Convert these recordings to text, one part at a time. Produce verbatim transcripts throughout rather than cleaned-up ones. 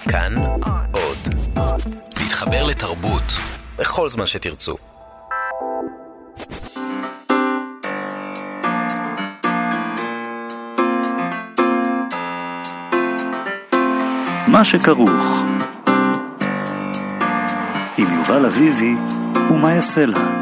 כאן עוד. להתחבר לתרבות בכל זמן שתרצו. מה שכרוך עם יובל אביבי ומה יעשה לה.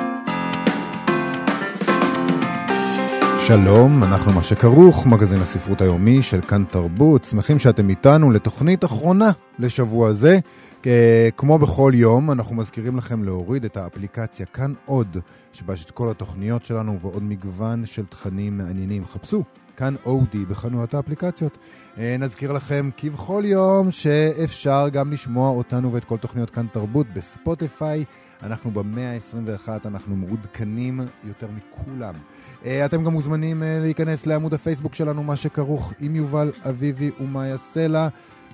שלום, אנחנו מה שכרוך, מגזין הספרות היומי של כאן תרבות. שמחים שאתם איתנו לתוכנית אחרונה לשבוע זה. כמו בכל יום, אנחנו מזכירים לכם להוריד את האפליקציה כאן עוד, שבה יש את כל התוכניות שלנו ועוד מגוון של תכנים מעניינים. חפשו כאן אודי בחנויות האפליקציות. נזכיר לכם כבכל יום שאפשר גם לשמוע אותנו ואת כל תוכניות כאן תרבות בספוטיפיי. אנחנו במאה ה-עשרים ואחת, אנחנו מעודכנים יותר מכולם. אתם גם מוזמנים להיכנס לעמוד הפייסבוק שלנו, מה שכרוך, עם יובל אביבי ומה יעשה לה.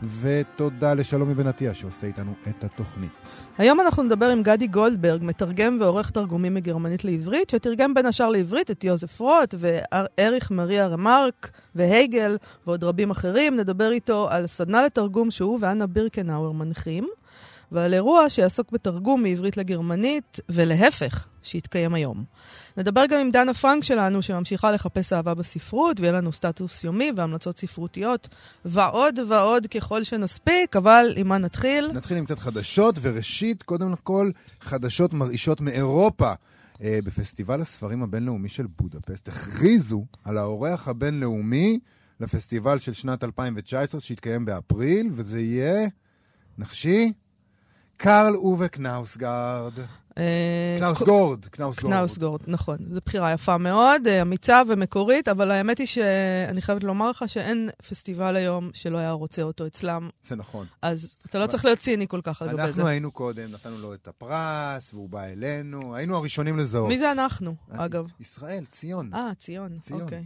ותודה לשלומי בן עטיה שעושה איתנו את התוכנית. היום אנחנו נדבר עם גדי גולדברג, מתרגם ועורך תרגומים מגרמנית לעברית, שתרגם בין השאר לעברית את יוזף רוט ואריך מריה רמרק והייגל ועוד רבים אחרים. נדבר איתו על סדנה לתרגום שהוא ואנה בירקנאואר מנחים, ועל אירוע שיעסוק בתרגום מעברית לגרמנית ולהפך שיתקיים היום. נדבר גם עם דנה פרנק שלנו שממשיכה לחפש אהבה בספרות, ויהיה לנו סטטוס יומי והמלצות ספרותיות ועוד ועוד ככל שנספיק, אבל עם מה נתחיל? נתחיל עם קצת חדשות, וראשית קודם כל חדשות מרעישות מאירופה. אה, בפסטיבל הספרים הבינלאומי של בודפסט הכריזו על האורח הבינלאומי לפסטיבל של שנת אלפיים תשע עשרה שיתקיים באפריל, וזה יהיה נחשי קרל אובה קנאוסגרד. קנאוסגורד. קנאוסגורד, נכון. זו בחירה יפה מאוד, אמיצה ומקורית, אבל האמת היא שאני חייבת לומר לך שאין פסטיבל היום שלא היה רוצה אותו אצלם. זה נכון. אז אתה לא צריך להיות ציני כל כך לגבי זה. אנחנו היינו קודם, נתנו לו את הפרס, והוא בא אלינו, היינו הראשונים לזהות. מי זה אנחנו, אגב? ישראל, ציון. אה, ציון, אוקיי.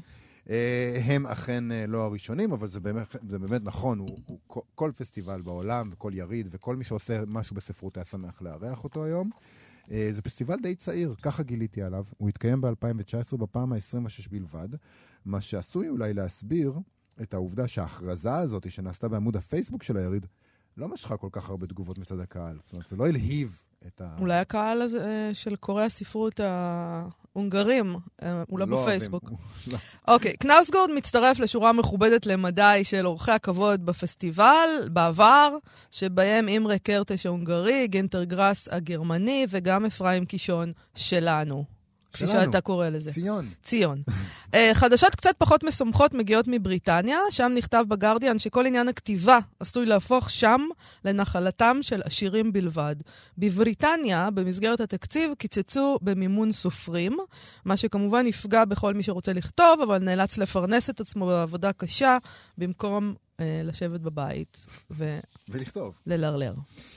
הם אכן לא הראשונים, אבל זה באמת, זה באמת נכון, הוא, הוא, כל פסטיבל בעולם וכל יריד וכל מי שעושה משהו בספרות היה שמח לארח אותו היום. זה פסטיבל די צעיר, ככה גיליתי עליו. הוא התקיים ב-אלפיים תשע עשרה בפעם ה-עשרים ושש בלבד, מה שעשוי אולי להסביר את העובדה שההכרזה הזאת שנעשתה בעמוד הפייסבוק של היריד לא משכה כל כך הרבה תגובות מצד הקהל. זאת אומרת, זה לא הלהיב את ה... אולי הקהל הזה של קוראי הספרות ההונגרים, הוא לא בפייסבוק. אוקיי, קנאוסגורד מצטרף לשורה מכובדת למדי של אורחי הכבוד בפסטיבל, בעבר, שבהם אימרה קרטש ההונגרי, גינטר גראס הגרמני, וגם אפרים קישון שלנו. כפי שאתה קורא לזה. ציון. ציון. uh, חדשות קצת פחות משמחות מגיעות מבריטניה, שם נכתב בגרדיאן שכל עניין הכתיבה עשוי להפוך שם לנחלתם של עשירים בלבד. בבריטניה, במסגרת התקציב, קיצצו במימון סופרים, מה שכמובן יפגע בכל מי שרוצה לכתוב, אבל נאלץ לפרנס את עצמו בעבודה קשה, במקום uh, לשבת בבית ו... ולכתוב. ללרלר.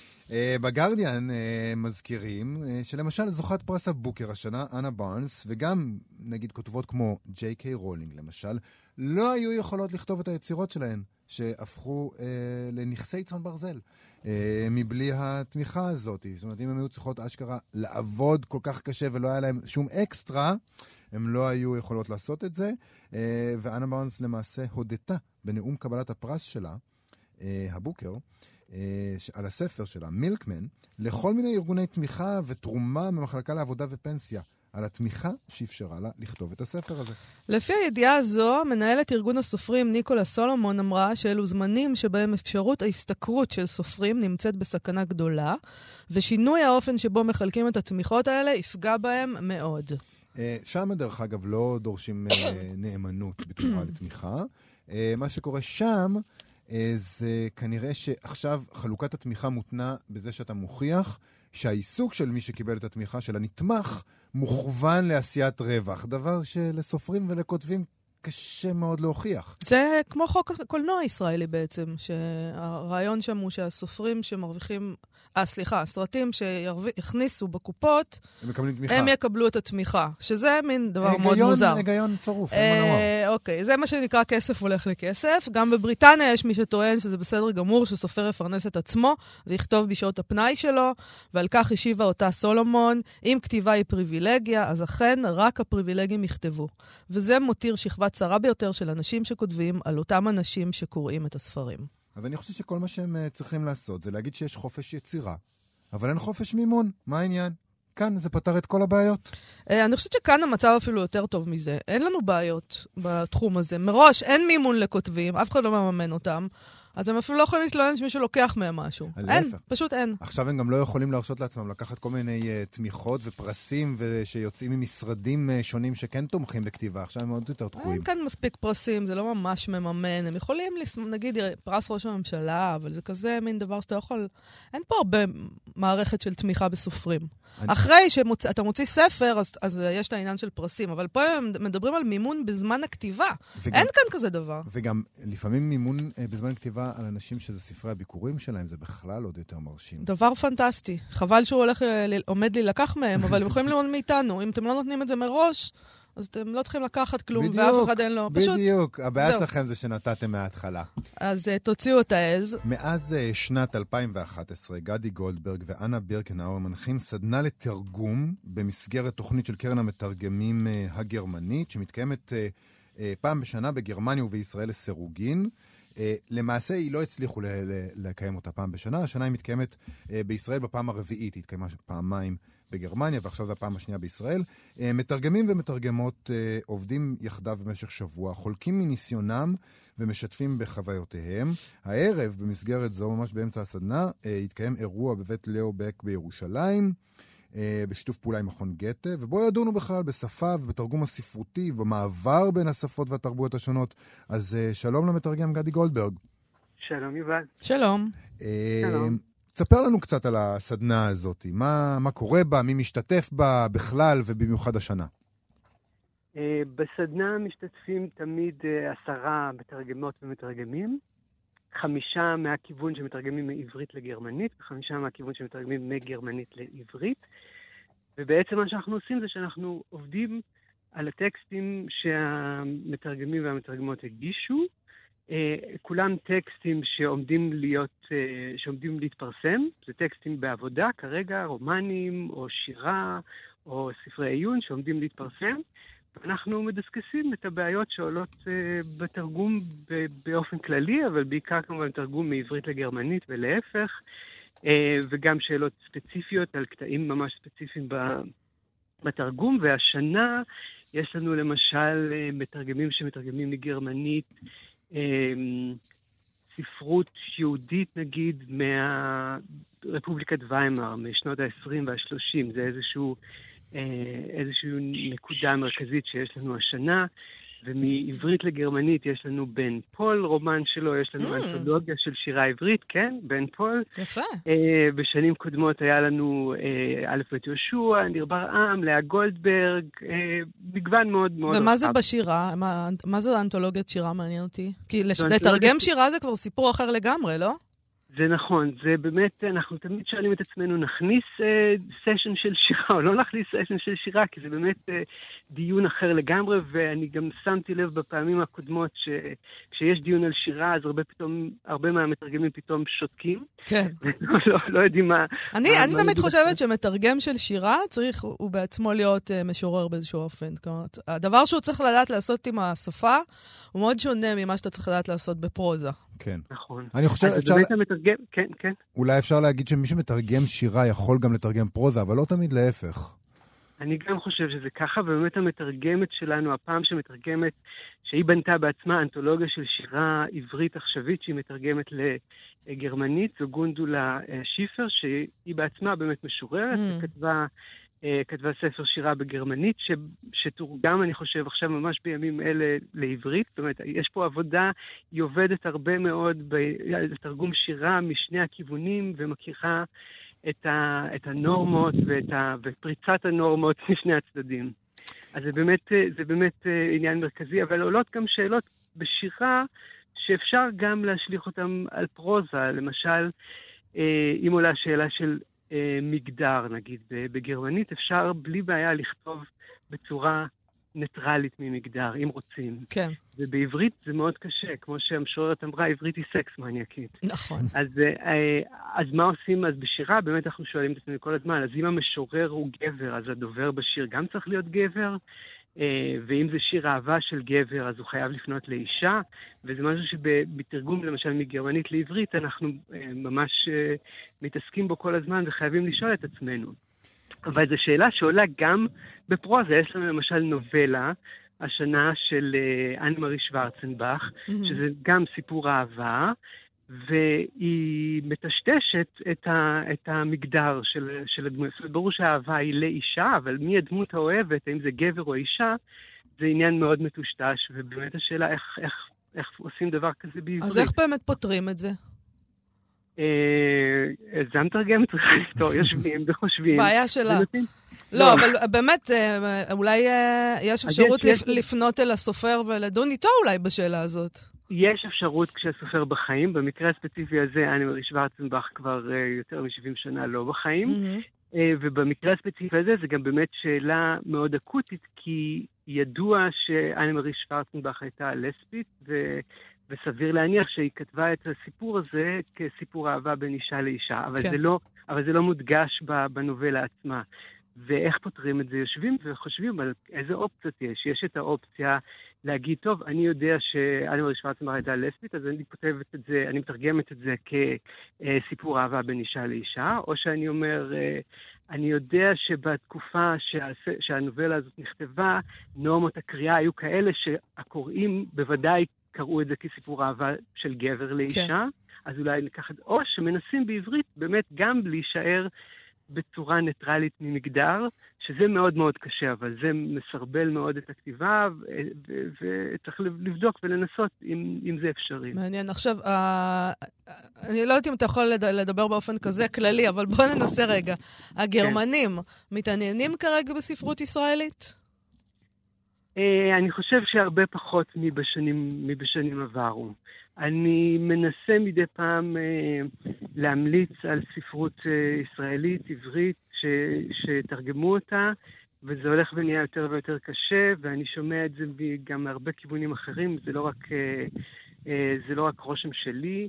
בגרדיאן מזכירים שלמשל זוכת פרס הבוקר השנה, אנה בארנס, וגם נגיד כותבות כמו ג'יי קיי רולינג למשל, לא היו יכולות לכתוב את היצירות שלהן, שהפכו אה, לנכסי צאן ברזל, אה, מבלי התמיכה הזאת. זאת אומרת, אם הם היו צריכות אשכרה לעבוד כל כך קשה ולא היה להם שום אקסטרה, הם לא היו יכולות לעשות את זה, אה, ואנה בארנס למעשה הודתה בנאום קבלת הפרס שלה, אה, הבוקר, על הספר שלה, מילקמן, לכל מיני ארגוני תמיכה ותרומה ממחלקה לעבודה ופנסיה, על התמיכה שאפשרה לה לכתוב את הספר הזה. לפי הידיעה הזו, מנהלת ארגון הסופרים ניקולה סולומון אמרה שאלו זמנים שבהם אפשרות ההסתכרות של סופרים נמצאת בסכנה גדולה, ושינוי האופן שבו מחלקים את התמיכות האלה יפגע בהם מאוד. שם דרך אגב לא דורשים נאמנות בתמורה לתמיכה. מה שקורה שם זה כנראה שעכשיו חלוקת התמיכה מותנה בזה שאתה מוכיח שהעיסוק של מי שקיבל את התמיכה של הנתמך מוכוון לעשיית רווח, דבר שלסופרים ולכותבים קשה מאוד להוכיח. זה כמו חוק הקולנוע הישראלי בעצם, שהרעיון שם הוא שהסופרים שמרוויחים, אה סליחה, הסרטים שיכניסו בקופות, הם מקבלים תמיכה. הם יקבלו את התמיכה, שזה מין דבר מאוד מוזר. היגיון צרוף, אין מה לומר. אוקיי, זה מה שנקרא כסף הולך לכסף. גם בבריטניה יש מי שטוען שזה בסדר גמור שסופר יפרנס את עצמו ויכתוב בשעות הפנאי שלו, ועל כך השיבה אותה סולומון, אם כתיבה היא פריבילגיה, אז אכן רק הפריבילגים יכתבו. וזה מותיר שכבה צרה ביותר של אנשים שכותבים על אותם אנשים שקוראים את הספרים. אז אני חושב שכל מה שהם צריכים לעשות זה להגיד שיש חופש יצירה, אבל אין חופש מימון. מה העניין? כאן זה פתר את כל הבעיות. אני חושבת שכאן המצב אפילו יותר טוב מזה. אין לנו בעיות בתחום הזה. מראש אין מימון לכותבים, אף אחד לא מממן אותם, אז הם אפילו לא יכולים להתלונן שמישהו לוקח מהם משהו. אין, פשוט אין. עכשיו הם גם לא יכולים להרשות לעצמם לקחת כל מיני uh, תמיכות ופרסים שיוצאים ממשרדים uh, שונים שכן תומכים בכתיבה. עכשיו הם מאוד יותר תקועים. אין כאן מספיק פרסים, זה לא ממש מממן. הם יכולים, נגיד, פרס ראש הממשלה, אבל זה כזה מין דבר שאתה יכול... אין פה הרבה מערכת של תמיכה בסופרים. אני... אחרי שאתה מוציא ספר, אז, אז יש את העניין של פרסים, אבל פה הם מדברים על מימון בזמן הכתיבה. וגם... אין כאן כזה דבר. וגם לפעמים מימון uh, בזמן הכתיבה על אנשים שזה ספרי הביקורים שלהם, זה בכלל עוד יותר מרשים. דבר פנטסטי. חבל שהוא הולך, עומד להילקח מהם, אבל הם יכולים ללמוד מאיתנו. אם אתם לא נותנים את זה מראש, אז אתם לא צריכים לקחת כלום, בדיוק, ואף אחד אין לו. פשוט... בדיוק, הבעיה שלכם זה שנתתם מההתחלה. אז תוציאו את העז. מאז שנת אלפיים ואחת עשרה, גדי גולדברג ואנה בירקנאור מנחים סדנה לתרגום במסגרת תוכנית של קרן המתרגמים הגרמנית, שמתקיימת פעם בשנה בגרמניה ובישראל לסירוגין. Uh, למעשה היא לא הצליחו ל- ל- לקיים אותה פעם בשנה, השנה היא מתקיימת uh, בישראל בפעם הרביעית, היא התקיימה פעמיים בגרמניה, ועכשיו זה הפעם השנייה בישראל. Uh, מתרגמים ומתרגמות uh, עובדים יחדיו במשך שבוע, חולקים מניסיונם ומשתפים בחוויותיהם. הערב, במסגרת זו, ממש באמצע הסדנה, uh, התקיים אירוע בבית לאו בק בירושלים, בשיתוף פעולה עם מכון גתה, ובו ידונו בכלל בשפה ובתרגום הספרותי, במעבר בין השפות והתרבויות השונות. אז שלום למתרגם גדי גולדברג. שלום יובל. שלום. שלום. תספר לנו קצת על הסדנה הזאת, מה, מה קורה בה, מי משתתף בה בכלל ובמיוחד השנה. בסדנה משתתפים תמיד עשרה מתרגמות ומתרגמים, חמישה מהכיוון שמתרגמים מעברית לגרמנית, וחמישה מהכיוון שמתרגמים מגרמנית לעברית. ובעצם מה שאנחנו עושים זה שאנחנו עובדים על הטקסטים שהמתרגמים והמתרגמות הגישו. כולם טקסטים שעומדים להיות, שעומדים להתפרסם. זה טקסטים בעבודה, כרגע רומנים או שירה או ספרי עיון שעומדים להתפרסם. אנחנו מדסקסים את הבעיות שעולות uh, בתרגום ב- באופן כללי, אבל בעיקר כמובן תרגום מעברית לגרמנית ולהפך, uh, וגם שאלות ספציפיות על קטעים ממש ספציפיים ב- בתרגום. והשנה יש לנו למשל uh, מתרגמים שמתרגמים מגרמנית, uh, ספרות יהודית נגיד מהרפובליקת ויימאר, משנות ה-עשרים וה-שלושים, זה איזשהו... איזושהי נקודה מרכזית שיש לנו השנה, ומעברית לגרמנית יש לנו בן פול, רומן שלו, יש לנו mm. אנתולוגיה של שירה עברית, כן, בן פול. יפה. Uh, בשנים קודמות היה לנו uh, א' בית יהושע, ניר ברעם, לאה גולדברג, uh, מגוון מאוד מאוד... ומה זה בשירה? מה, מה זו האנתולוגיית שירה, מעניין אותי? כי לתרגם שירה זה כבר סיפור אחר לגמרי, לא? זה נכון, זה באמת, אנחנו תמיד שואלים את עצמנו, נכניס סשן uh, של שירה או לא נכניס סשן של שירה, כי זה באמת uh, דיון אחר לגמרי, ואני גם שמתי לב בפעמים הקודמות שכשיש דיון על שירה, אז הרבה פתאום, הרבה מהמתרגמים פתאום שותקים. כן. לא, לא, לא יודעים מה... אני, מה, אני מה תמיד חושבת שמתרגם של שירה צריך הוא בעצמו להיות uh, משורר באיזשהו אופן. כלומר, הדבר שהוא צריך לדעת לעשות עם השפה, הוא מאוד שונה ממה שאתה צריך לדעת לעשות בפרוזה. כן. נכון. אני חושב, אז אפשר... באמת המתרגם, כן, כן. אולי אפשר להגיד שמי שמתרגם שירה יכול גם לתרגם פרוזה, אבל לא תמיד להפך. אני גם חושב שזה ככה, ובאמת המתרגמת שלנו, הפעם שמתרגמת, שהיא בנתה בעצמה אנתולוגיה של שירה עברית עכשווית, שהיא מתרגמת לגרמנית, זו גונדולה שיפר, שהיא בעצמה באמת משוררת, mm. וכתבה... כתבה ספר שירה בגרמנית, ש, שתורגם, אני חושב, עכשיו ממש בימים אלה לעברית. זאת אומרת, יש פה עבודה, היא עובדת הרבה מאוד בתרגום שירה משני הכיוונים, ומכירה את, ה, את הנורמות ואת ה, ופריצת הנורמות משני הצדדים. אז זה באמת, זה באמת עניין מרכזי, אבל עולות גם שאלות בשירה, שאפשר גם להשליך אותם על פרוזה. למשל, אם עולה שאלה של מגדר, נגיד, בגרמנית, אפשר בלי בעיה לכתוב בצורה ניטרלית ממגדר, אם רוצים. כן. ובעברית זה מאוד קשה, כמו שהמשוררת אמרה, עברית היא סקס מניאקית. נכון. אז, אז מה עושים? אז בשירה, באמת אנחנו שואלים את עצמנו כל הזמן, אז אם המשורר הוא גבר, אז הדובר בשיר גם צריך להיות גבר, ואם זה שיר אהבה של גבר, אז הוא חייב לפנות לאישה, וזה משהו שבתרגום, למשל, מגרמנית לעברית, אנחנו ממש מתעסקים בו כל הזמן וחייבים לשאול את עצמנו. אבל זו שאלה שעולה גם בפרוזה. יש לנו למשל נובלה, השנה של אנה-מארי שוורצנבך, mm-hmm. שזה גם סיפור אהבה, והיא מטשטשת את, ה, את המגדר של, של הדמות. זאת אומרת, ברור שהאהבה היא לאישה, אבל מי הדמות האוהבת, האם זה גבר או אישה, זה עניין מאוד מטושטש, ובאמת השאלה איך, איך, איך עושים דבר כזה בעברית. אז איך באמת פותרים את זה? זה המתרגם צריכה לפתור, יושבים וחושבים. בעיה שלה. לא, אבל באמת, אולי יש אפשרות לפנות אל הסופר ולדון איתו אולי בשאלה הזאת. יש אפשרות כשהסופר בחיים, במקרה הספציפי הזה, אנה-מארי שוורצנבך כבר יותר מ-שבעים שנה לא בחיים, ובמקרה הספציפי הזה זה גם באמת שאלה מאוד אקוטית, כי ידוע שאנה-מארי שוורצנבך הייתה לסבית, ו... וסביר להניח שהיא כתבה את הסיפור הזה כסיפור אהבה בין אישה לאישה, אבל, כן. זה, לא, אבל זה לא מודגש בנובלה עצמה. ואיך פותרים את זה? יושבים וחושבים על איזה אופציות יש. יש את האופציה להגיד, טוב, אני יודע שאנה-מארי שוורצנבך הייתה לסבית, אז אני כותבת את זה, אני מתרגמת את זה כסיפור אהבה בין אישה לאישה, או שאני אומר, אני יודע שבתקופה שהנובלה הזאת נכתבה, נורמות הקריאה היו כאלה שהקוראים בוודאי קראו את זה כסיפור אהבה של גבר לאישה, כן. אז אולי ניקח את זה, או שמנסים בעברית באמת גם להישאר בצורה ניטרלית ממגדר, שזה מאוד מאוד קשה, אבל זה מסרבל מאוד את הכתיבה, וצריך לבדוק ולנסות אם, אם זה אפשרי. מעניין. עכשיו, אני לא יודעת אם אתה יכול לדבר באופן כזה כללי, אבל בוא ננסה רגע. הגרמנים מתעניינים כרגע בספרות ישראלית? אני חושב שהרבה פחות מבשנים, מבשנים עברו. אני מנסה מדי פעם להמליץ על ספרות ישראלית, עברית, ש, שתרגמו אותה, וזה הולך ונהיה יותר ויותר קשה, ואני שומע את זה גם מהרבה כיוונים אחרים, זה לא רק, זה לא רק רושם שלי,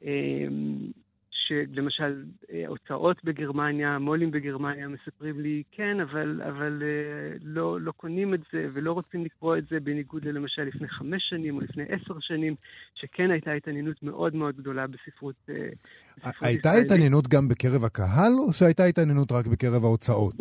שלמשל הוצאות בגרמניה, מולים בגרמניה מספרים לי כן, אבל, אבל לא, לא קונים את זה ולא רוצים לקרוא את זה בניגוד ללמשל לפני חמש שנים או לפני עשר שנים, שכן הייתה התעניינות מאוד מאוד גדולה בספרות, בספרות הייתה ישראלית. התעניינות גם בקרב הקהל או שהייתה התעניינות רק בקרב ההוצאות?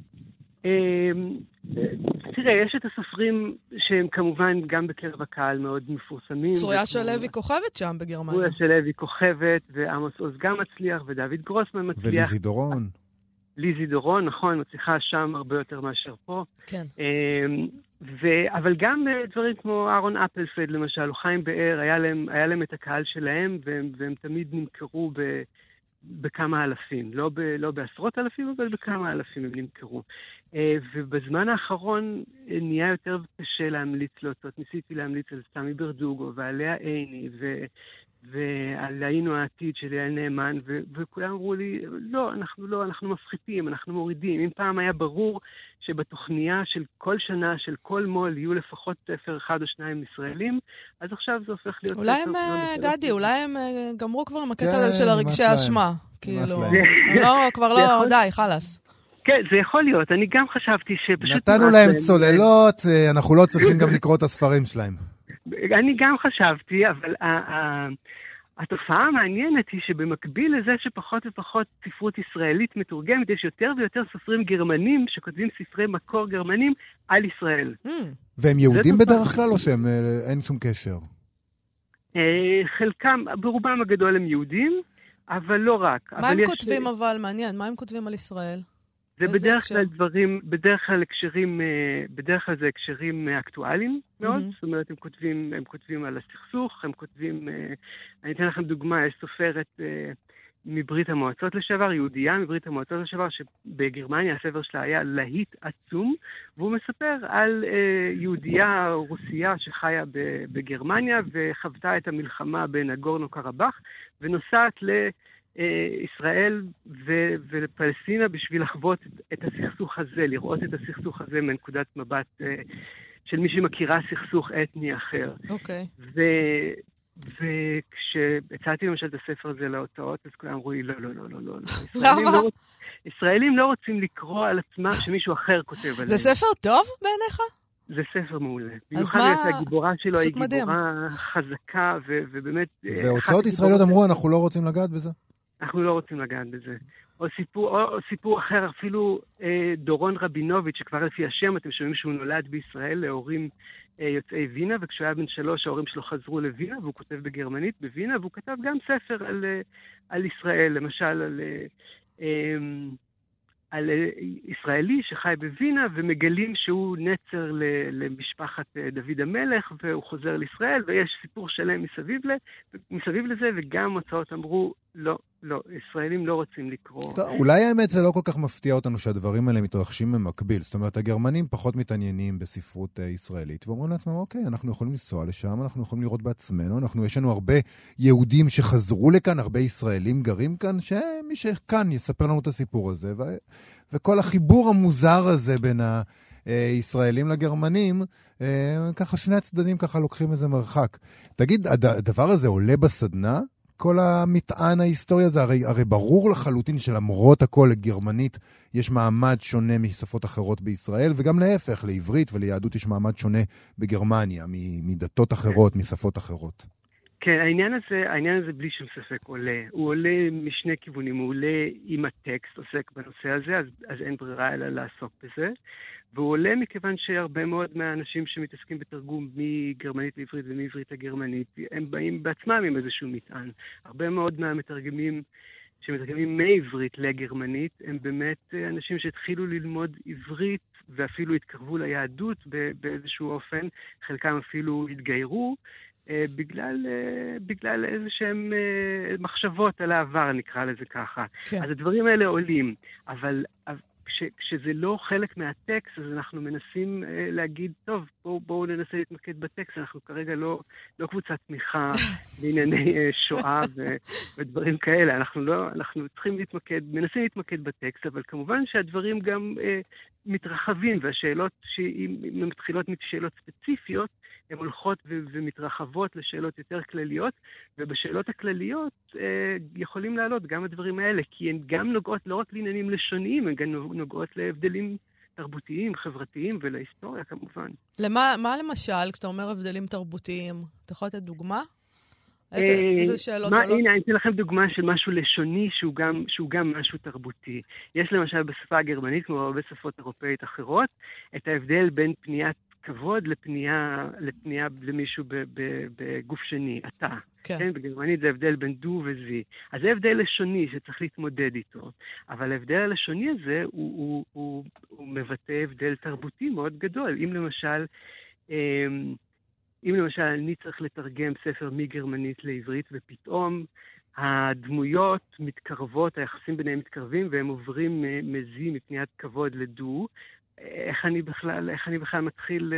תראה, יש את הסופרים שהם כמובן גם בקרב הקהל מאוד מפורסמים. צרויה שלוי כוכבת שם בגרמניה. צרויה שלוי כוכבת, ועמוס עוז גם מצליח, ודוד גרוסמן מצליח. וליזי דורון. ליזי דורון, נכון, מצליחה שם הרבה יותר מאשר פה. כן. ו- אבל גם דברים כמו אהרון אפלפלד, למשל, או חיים באר, היה להם, היה להם את הקהל שלהם, והם, והם תמיד נמכרו ב... בכמה אלפים, לא, ב, לא בעשרות אלפים, אבל בכמה אלפים הם נמכרו. ובזמן האחרון נהיה יותר קשה להמליץ להוצאות. ניסיתי להמליץ על סמי ברדוגו ועליה עיני ו... ועל היינו העתיד של יעל נאמן, ו- וכולם אמרו לי, לא, אנחנו לא, אנחנו מפחיתים, אנחנו מורידים. אם פעם היה ברור שבתוכניה של כל שנה, של כל מול, יהיו לפחות ספר אחד או שניים ישראלים, אז עכשיו זה הופך להיות... אולי הם, גדי, אולי הם גמרו כבר עם הקטע הזה של הרגשי האשמה. כאילו, לא, כבר לא, די, חלס. כן, זה יכול להיות. אני גם חשבתי שפשוט... נתנו להם צוללות, אנחנו לא צריכים גם לקרוא את הספרים שלהם. אני גם חשבתי, אבל התופעה המעניינת היא שבמקביל לזה שפחות ופחות ספרות ישראלית מתורגמת, יש יותר ויותר סופרים גרמנים שכותבים ספרי מקור גרמנים על ישראל. והם יהודים בדרך כלל או שהם אין שום קשר? חלקם, ברובם הגדול הם יהודים, אבל לא רק. מה הם כותבים אבל, מעניין, מה הם כותבים על ישראל? זה בדרך כלל דברים, בדרך כלל הקשרים, בדרך כלל זה הקשרים אקטואליים מאוד, זאת אומרת, הם כותבים, הם כותבים על הסכסוך, הם כותבים, אני אתן לכם דוגמה, יש סופרת מברית המועצות לשעבר, יהודייה מברית המועצות לשעבר, שבגרמניה הספר שלה היה להיט עצום, והוא מספר על יהודייה רוסייה שחיה בגרמניה, וחוותה את המלחמה בנגורנו קרבאך, ונוסעת ל... ישראל ו- ולפלסטינה בשביל לחוות את הסכסוך הזה, לראות את הסכסוך הזה מנקודת מבט uh, של מי שמכירה סכסוך אתני אחר. אוקיי. Okay. וכשהצעתי למשל את הספר הזה להוצאות, אז כולם אמרו לי, לא, לא, לא, לא, לא. למה? לא רוצ... ישראלים לא רוצים לקרוא על עצמם שמישהו אחר כותב עליהם. זה ספר טוב בעיניך? זה ספר מעולה. במיוחד מה... הגיבורה שלו היא גיבורה מדהים. חזקה, ו- ובאמת... והוצאות ישראליות אמרו, אנחנו לא רוצים לגעת בזה? אנחנו לא רוצים לגעת בזה. או סיפור, או, או סיפור אחר, אפילו אה, דורון רבינוביץ', שכבר לפי השם, אתם שומעים שהוא נולד בישראל להורים אה, יוצאי וינה, וכשהוא היה בן שלוש, ההורים שלו חזרו לווינה, והוא כותב בגרמנית בווינה, והוא כתב גם ספר על, אה, על ישראל, למשל על... אה, אה, על ישראלי שחי בווינה, ומגלים שהוא נצר למשפחת דוד המלך, והוא חוזר לישראל, ויש סיפור שלם מסביב, מסביב לזה, וגם הוצאות אמרו, לא, לא, ישראלים לא רוצים לקרוא. טוב, אולי האמת זה לא כל כך מפתיע אותנו שהדברים האלה מתרחשים במקביל. זאת אומרת, הגרמנים פחות מתעניינים בספרות ישראלית, ואומרים לעצמם, אוקיי, אנחנו יכולים לנסוע לשם, אנחנו יכולים לראות בעצמנו, אנחנו, יש לנו הרבה יהודים שחזרו לכאן, הרבה ישראלים גרים כאן, שמי שכאן יספר לנו את הסיפור הזה, ו... וכל החיבור המוזר הזה בין הישראלים לגרמנים, ככה שני הצדדים ככה לוקחים איזה מרחק. תגיד, הדבר הזה עולה בסדנה? כל המטען ההיסטוריה הזה, הרי, הרי ברור לחלוטין שלמרות הכל לגרמנית יש מעמד שונה משפות אחרות בישראל, וגם להפך, לעברית וליהדות יש מעמד שונה בגרמניה, מדתות אחרות, משפות אחרות. כן, העניין הזה, העניין הזה בלי שום ספק עולה. הוא עולה משני כיוונים, הוא עולה אם הטקסט עוסק בנושא הזה, אז, אז אין ברירה אלא לעסוק בזה. והוא עולה מכיוון שהרבה מאוד מהאנשים שמתעסקים בתרגום מגרמנית לעברית ומעברית לגרמנית, הם באים בעצמם עם איזשהו מטען. הרבה מאוד מהמתרגמים שמתרגמים מעברית לגרמנית, הם באמת אנשים שהתחילו ללמוד עברית ואפילו התקרבו ליהדות באיזשהו אופן, חלקם אפילו התגיירו, בגלל, בגלל איזה שהם מחשבות על העבר, נקרא לזה ככה. כן. אז הדברים האלה עולים, אבל כש, כשזה לא חלק מהטקסט, אז אנחנו מנסים להגיד, טוב, בואו, בואו ננסה להתמקד בטקסט, אנחנו כרגע לא, לא קבוצת תמיכה בענייני שואה ו, ודברים כאלה, אנחנו לא, אנחנו צריכים להתמקד, מנסים להתמקד בטקסט, אבל כמובן שהדברים גם אה, מתרחבים, והשאלות שאם מתחילות משאלות ספציפיות, הן הולכות ו- ומתרחבות לשאלות יותר כלליות, ובשאלות הכלליות אה, יכולים לעלות גם הדברים האלה, כי הן גם נוגעות לא רק לעניינים לשוניים, הן גם נוגעות להבדלים תרבותיים, חברתיים ולהיסטוריה כמובן. למה, מה למשל, כשאתה אומר הבדלים תרבותיים, אתה יכול לתת דוגמה? איזה שאלות עולות? הנה, אני אתן לכם דוגמה של משהו לשוני שהוא גם, שהוא גם משהו תרבותי. יש למשל בשפה הגרמנית, כמו הרבה שפות אירופאית אחרות, את ההבדל בין פניית כבוד לפנייה, לפנייה למישהו בגוף שני, אתה. כן. כן, בגרמנית זה הבדל בין דו וזי. אז זה הבדל לשוני שצריך להתמודד איתו. אבל ההבדל הלשוני הזה הוא, הוא, הוא, הוא מבטא הבדל תרבותי מאוד גדול. אם למשל, אם למשל אני צריך לתרגם ספר מגרמנית לעברית, ופתאום הדמויות מתקרבות, היחסים ביניהם מתקרבים, והם עוברים מזי מפניית כבוד לדו, איך אני בכלל, איך אני בכלל מתחיל...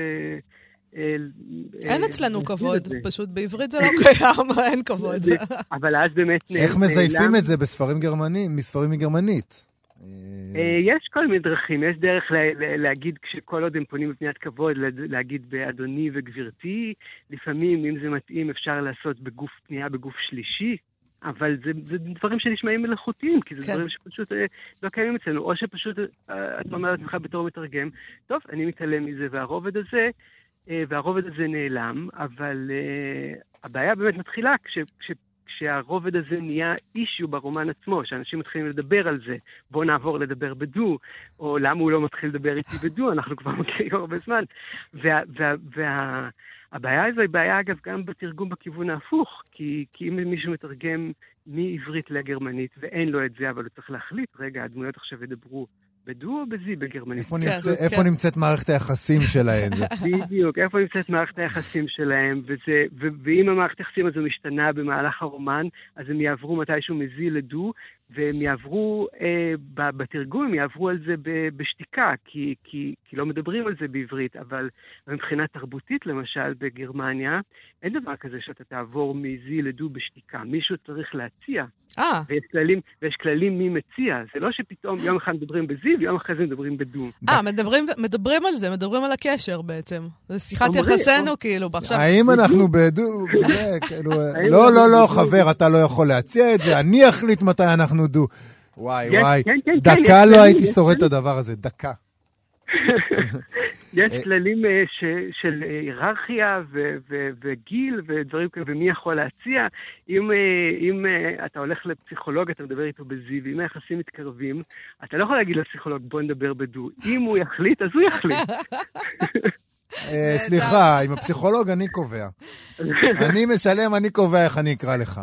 אין אצלנו כבוד, פשוט בעברית זה לא קיים, אין כבוד. אבל אז באמת... איך מזייפים את זה בספרים גרמנים, מספרים מגרמנית? יש כל מיני דרכים, יש דרך להגיד, כשכל עוד הם פונים בפניית כבוד, להגיד באדוני וגברתי, לפעמים אם זה מתאים אפשר לעשות בגוף פנייה בגוף שלישי, אבל זה, זה דברים שנשמעים מלאכותיים, כי זה כן. דברים שפשוט לא קיימים אצלנו, או שפשוט את אומרת לך בתור מתרגם, טוב, אני מתעלם מזה, והרובד הזה, והרובד הזה נעלם, אבל הבעיה באמת מתחילה כש, כש, כשהרובד הזה נהיה אישיו ברומן עצמו, שאנשים מתחילים לדבר על זה, בוא נעבור לדבר בדו, או למה הוא לא מתחיל לדבר איתי בדו, אנחנו כבר מכירים הרבה זמן, וה... וה, וה הבעיה הזו היא בעיה, אגב, גם בתרגום בכיוון ההפוך, כי, כי אם מישהו מתרגם מעברית לגרמנית, ואין לו את זה, אבל הוא צריך להחליט, רגע, הדמויות עכשיו ידברו בדו או בזי בגרמנית. איפה, כן, נמצא, כן. איפה נמצאת מערכת היחסים שלהם? בדיוק, איפה נמצאת מערכת היחסים שלהם, וזה, ו, ואם המערכת היחסים הזו משתנה במהלך הרומן, אז הם יעברו מתישהו מזי לדו, והם יעברו, אה, בתרגום, הם יעברו על זה ב, בשתיקה, כי, כי, כי לא מדברים על זה בעברית, אבל מבחינה תרבותית, למשל, בגרמניה, אין דבר כזה שאתה תעבור מזי לדו בשתיקה. מישהו צריך להציע. אה. ויש כללים, ויש כללים מי מציע. זה לא שפתאום יום אחד מדברים בזי, ויום אחרי זה מדברים בדו. אה, מדברים, מדברים על זה, מדברים על הקשר בעצם. זה שיחת יחסנו, כאילו, עכשיו... האם אנחנו בדו? לא, לא, לא, חבר, אתה לא יכול להציע את זה, אני אחליט מתי אנחנו דו. וואי, וואי, דקה לא הייתי שורד את הדבר הזה, דקה. יש כללים של היררכיה וגיל ודברים כאלה, ומי יכול להציע. אם אתה הולך לפסיכולוג, אתה מדבר איתו בזיו, אם היחסים מתקרבים, אתה לא יכול להגיד לפסיכולוג, בוא נדבר בדו. אם הוא יחליט, אז הוא יחליט. סליחה, עם הפסיכולוג אני קובע. אני משלם, אני קובע איך אני אקרא לך.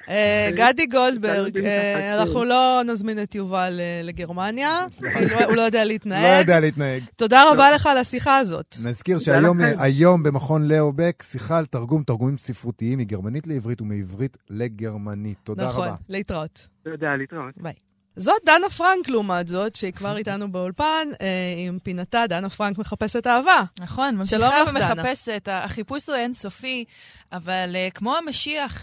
גדי גולדברג, אנחנו לא נזמין את יובל לגרמניה, הוא לא יודע להתנהג. לא יודע להתנהג. תודה רבה לך על השיחה הזאת. נזכיר שהיום במכון לאו בק, שיחה על תרגום, תרגומים ספרותיים מגרמנית לעברית ומעברית לגרמנית. תודה רבה. נכון, להתראות. תודה, להתראות. ביי. זאת דנה פרנק לעומת זאת, שהיא כבר איתנו באולפן, עם פינתה, דנה פרנק מחפשת אהבה. נכון, ממשיכה ומחפשת. החיפוש הוא אינסופי, אבל כמו המשיח,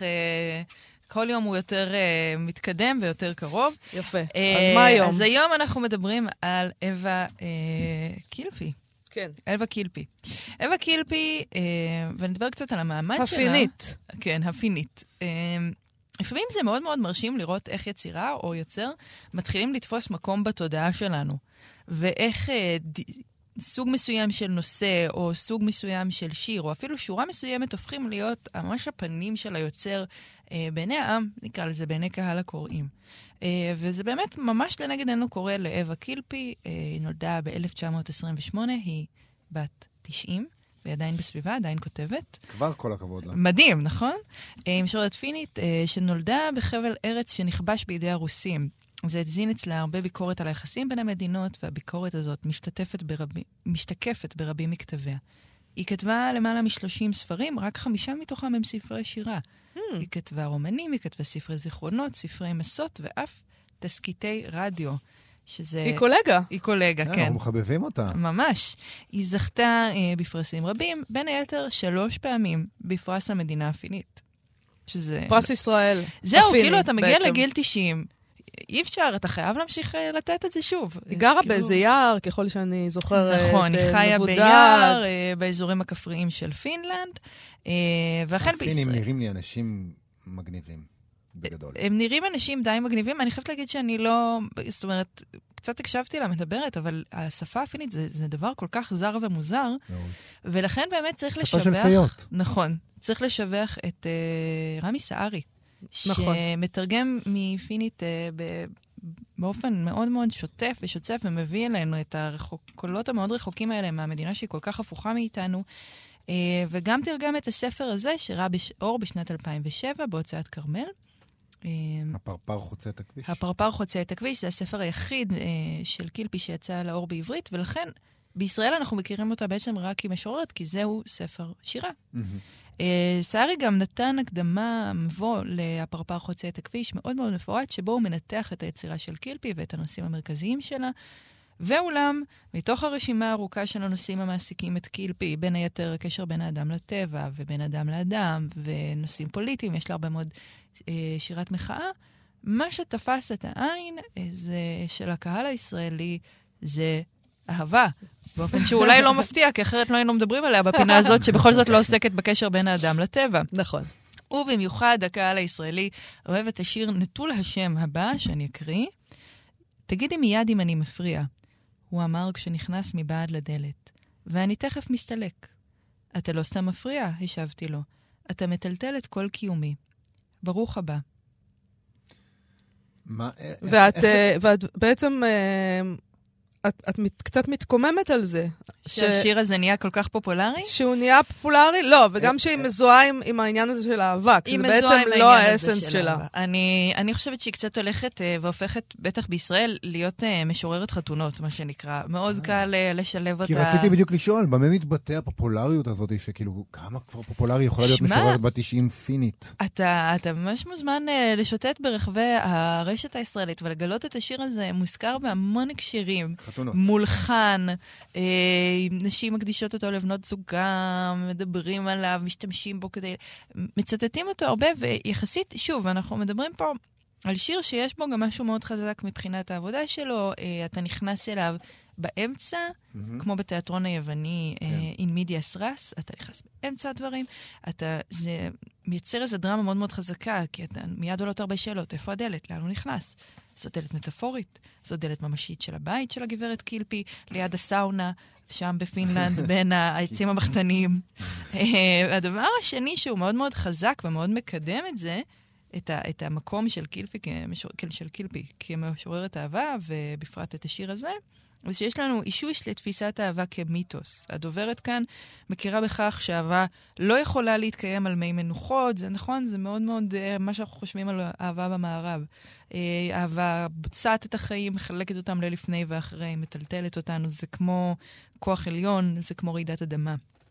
כל יום הוא יותר uh, מתקדם ויותר קרוב. יפה. Uh, אז מה היום? אז היום אנחנו מדברים על אווה uh, קילפי. כן. אווה קילפי. אווה קילפי, uh, ונדבר קצת על המעמד שלה. הפינית. כן, הפינית. Uh, לפעמים זה מאוד מאוד מרשים לראות איך יצירה או יוצר מתחילים לתפוס מקום בתודעה שלנו. ואיך... Uh, ד... סוג מסוים של נושא, או סוג מסוים של שיר, או אפילו שורה מסוימת, הופכים להיות ממש הפנים של היוצר אה, בעיני העם, נקרא לזה, בעיני קהל הקוראים. אה, וזה באמת ממש לנגד עינינו קורה לאווה קילפי, אה, היא נולדה ב-אלף תשע מאות עשרים ושמונה, היא בת תשעים, והיא עדיין בסביבה, עדיין כותבת. כבר כל הכבוד לה. מדהים, נכון? אה, משוררת פינית, אה, שנולדה בחבל ארץ שנכבש בידי הרוסים. זה הזין אצלה הרבה ביקורת על היחסים בין המדינות, והביקורת הזאת משתתפת ברבי, משתקפת ברבים מכתביה. היא כתבה למעלה משלושים ספרים, רק חמישה מתוכם הם ספרי שירה. Hmm. היא כתבה רומנים, היא כתבה ספרי זיכרונות, ספרי מסות, ואף תסקיטי רדיו. שזה... היא קולגה. היא קולגה, כן. אנחנו מחבבים אותה. ממש. היא זכתה אה, בפרסים רבים, בין היתר שלוש פעמים בפרס המדינה הפינית. שזה... פרס ישראל. זהו, כאילו אתה מגיע בעצם. לגיל תשעים, אי אפשר, אתה חייב להמשיך לתת את זה שוב. היא גרה באיזה יער, ככל שאני זוכרת. נכון, היא חיה ביער, באזורים הכפריים של פינלנד. הפינים נראים לי אנשים מגניבים, בגדול. הם נראים אנשים די מגניבים. אני חייבת להגיד שאני לא, זאת אומרת, קצת הקשבתי לה מדברת, אבל השפה הפינית זה דבר כל כך זר ומוזר, ולכן באמת צריך לשבח... שפה של פיות. נכון, צריך לשבח את רמי סערי. נכון. שמתרגם מפינית uh, באופן מאוד מאוד שוטף ושוצף, ומביא אלינו את הקולות המאוד רחוקים האלה מהמדינה שהיא כל כך הפוכה מאיתנו, uh, וגם תרגם את הספר הזה שראה באור בשנת אלפיים ושבע בהוצאת כרמל. Uh, הפרפר חוצה את הכביש. הפרפר חוצה את הכביש, זה הספר היחיד uh, של קילפי שיצא לאור בעברית, ולכן בישראל אנחנו מכירים אותה בעצם רק כמשוררת, כי זהו ספר שירה. Mm-hmm. סערי גם נתן הקדמה מבוא להפרפר חוצה את הכביש מאוד מאוד מפורט, שבו הוא מנתח את היצירה של קילפי ואת הנושאים המרכזיים שלה, ואולם, מתוך הרשימה הארוכה של הנושאים המעסיקים את קילפי, בין היתר הקשר בין האדם לטבע ובין אדם לאדם ונושאים פוליטיים, יש לה הרבה מאוד אה, שירת מחאה, מה שתפס את העין זה של הקהל הישראלי זה אהבה, באופן שאולי לא מפתיע, כי אחרת לא היינו מדברים עליה בפינה הזאת, שבכל זאת לא עוסקת בקשר בין האדם לטבע. נכון. ובמיוחד הקהל הישראלי אוהב את השיר נטול השם הבא, שאני אקריא. תגידי מיד אם אני מפריע, הוא אמר כשנכנס מבעד לדלת, ואני תכף מסתלק. אתה לא סתם מפריע, השבתי לו. אתה מטלטל את כל קיומי. ברוך הבא. מה? ואת, ואת בעצם... את, את מת, קצת מתקוממת על זה. שהשיר הזה נהיה כל כך פופולרי? שהוא נהיה פופולרי, לא, וגם שהיא מזוהה עם, עם העניין הזה של האהבה, כי זה בעצם לא האסנס שלה. אני, אני חושבת שהיא קצת הולכת והופכת, בטח בישראל, להיות משוררת חתונות, מה שנקרא. מאוד קל לשלב אותה. כי רציתי בדיוק לשאול, במה מתבטא הפופולריות הזאת, שכאילו, כמה כבר פופולרי יכולה להיות משוררת בת תשעים פינית? אתה, אתה ממש מוזמן לשוטט ברחבי הרשת הישראלית, ולגלות את השיר הזה מוזכר בהמון הקשרים. מולחן, אה, נשים מקדישות אותו לבנות זוגם, מדברים עליו, משתמשים בו כדי... מצטטים אותו הרבה, ויחסית, שוב, אנחנו מדברים פה על שיר שיש בו גם משהו מאוד חזק מבחינת העבודה שלו, אה, אתה נכנס אליו באמצע, mm-hmm. כמו בתיאטרון היווני, כן. uh, in medias res, אתה נכנס באמצע הדברים, אתה, זה מייצר איזו דרמה מאוד מאוד חזקה, כי אתה מיד עולות הרבה שאלות, איפה הדלת, לאן הוא נכנס? זו דלת מטאפורית, זו דלת ממשית של הבית של הגברת קילפי, ליד הסאונה, שם בפינלנד, בין העצים המחתנים. הדבר השני שהוא מאוד מאוד חזק ומאוד מקדם את זה, את, ה, את המקום של קילפי, כמשור, של קילפי כמשוררת אהבה, ובפרט את השיר הזה, זה שיש לנו אישוש לתפיסת האהבה כמיתוס. הדוברת כאן מכירה בכך שהאהבה לא יכולה להתקיים על מי מנוחות, זה נכון, זה מאוד מאוד מה שאנחנו חושבים על אהבה במערב. אהבה בוצעת את החיים, מחלקת אותם ללפני ואחרי, מטלטלת אותנו, זה כמו כוח עליון, זה כמו רעידת אדמה.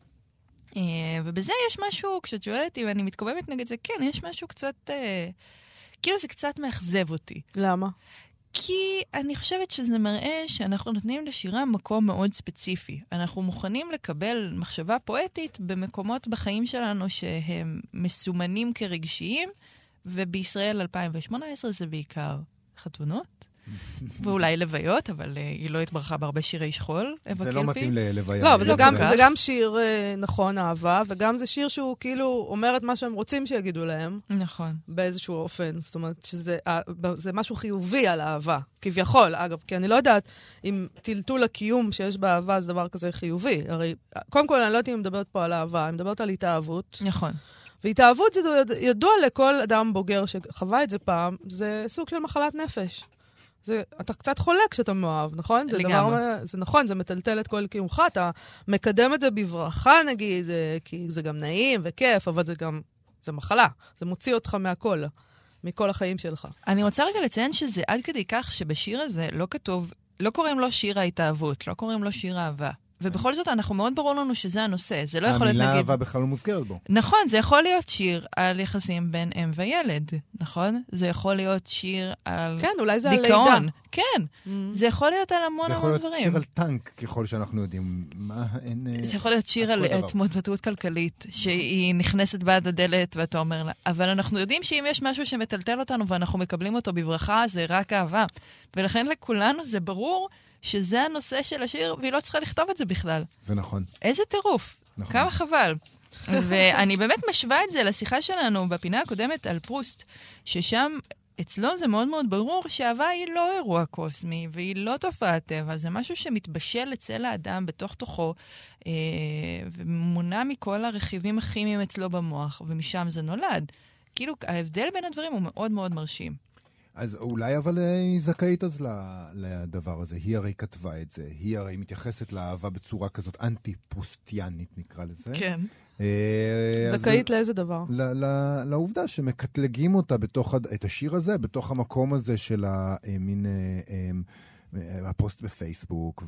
ובזה יש משהו, כשאת שואלת אם אני מתקוממת נגד זה, כן, יש משהו קצת, כאילו זה קצת מאכזב אותי. למה? כי אני חושבת שזה מראה שאנחנו נותנים לשירה מקום מאוד ספציפי. אנחנו מוכנים לקבל מחשבה פואטית במקומות בחיים שלנו שהם מסומנים כרגשיים, ובישראל אלפיים שמונה עשרה זה בעיקר חתונות, ואולי לוויות, אבל uh, היא לא התברכה בהרבה שירי שכול. זה לא מתאים ללוויה. לא, אבל זה גם, זה גם שיר uh, נכון, אהבה, וגם זה שיר שהוא כאילו אומר את מה שהם רוצים שיגידו להם. נכון. באיזשהו אופן. זאת אומרת שזה זה משהו חיובי על אהבה. כביכול, אגב, כי אני לא יודעת אם טלטול הקיום שיש באהבה זה דבר כזה חיובי. הרי, קודם כל, אני לא יודעת אם אני מדברת פה על אהבה, אני מדברת על התאהבות. נכון. והתאהבות זה ידוע לכל אדם בוגר שחווה את זה פעם, זה סוג של מחלת נפש. זה, אתה קצת חולה כשאתה מאוהב, נכון? זה דבר, זה נכון, זה מטלטל את כל קיומך, אתה מקדם את זה בברכה נגיד, כי זה גם נעים וכיף, אבל זה גם, זה מחלה, זה מוציא אותך מהכל, מכל החיים שלך. אני רוצה רגע לציין שזה עד כדי כך שבשיר הזה לא כתוב, לא קוראים לו שיר ההתאהבות, לא קוראים לו שיר האהבה. ובכל זאת, אנחנו מאוד ברור לנו שזה הנושא. זה לא יכול להיות נגיד... המילה אהבה בכלל לא מוזכרת בו. נכון, זה יכול להיות שיר על יחסים בין אם וילד, נכון? זה יכול להיות שיר על כן, אולי זה דיכאון. על לידה. כן, mm. זה יכול להיות על המון המון דברים. זה יכול להיות שיר על טנק, ככל שאנחנו יודעים. מה, אין... זה יכול להיות שיר על התמודדות כלכלית, שהיא נכנסת בעד הדלת, ואתה אומר לה, אבל אנחנו יודעים שאם יש משהו שמטלטל אותנו, ואנחנו מקבלים אותו בברכה, זה רק אהבה. ולכן לכולנו זה ברור שזה הנושא של השיר, והיא לא צריכה לכתוב את זה בכלל. זה נכון. איזה טירוף. נכון. כמה חבל. ואני באמת משווה את זה לשיחה שלנו בפינה הקודמת על פרוסט, ששם אצלו זה מאוד מאוד ברור שהאהבה היא לא אירוע קוסמי, והיא לא תופעת טבע, זה משהו שמתבשל אצל האדם בתוך תוכו, אה, ומונע מכל הרכיבים הכימיים אצלו במוח, ומשם זה נולד. כאילו, ההבדל בין הדברים הוא מאוד מאוד מרשים. אז אולי אבל היא זכאית אז לדבר הזה. היא הרי כתבה את זה. היא הרי מתייחסת לאהבה בצורה כזאת אנטי-פוסטיאנית, נקרא לזה. כן. זכאית לאיזה דבר? לעובדה שמקטלגים אותה בתוך, את השיר הזה, בתוך המקום הזה של המין... הפוסט בפייסבוק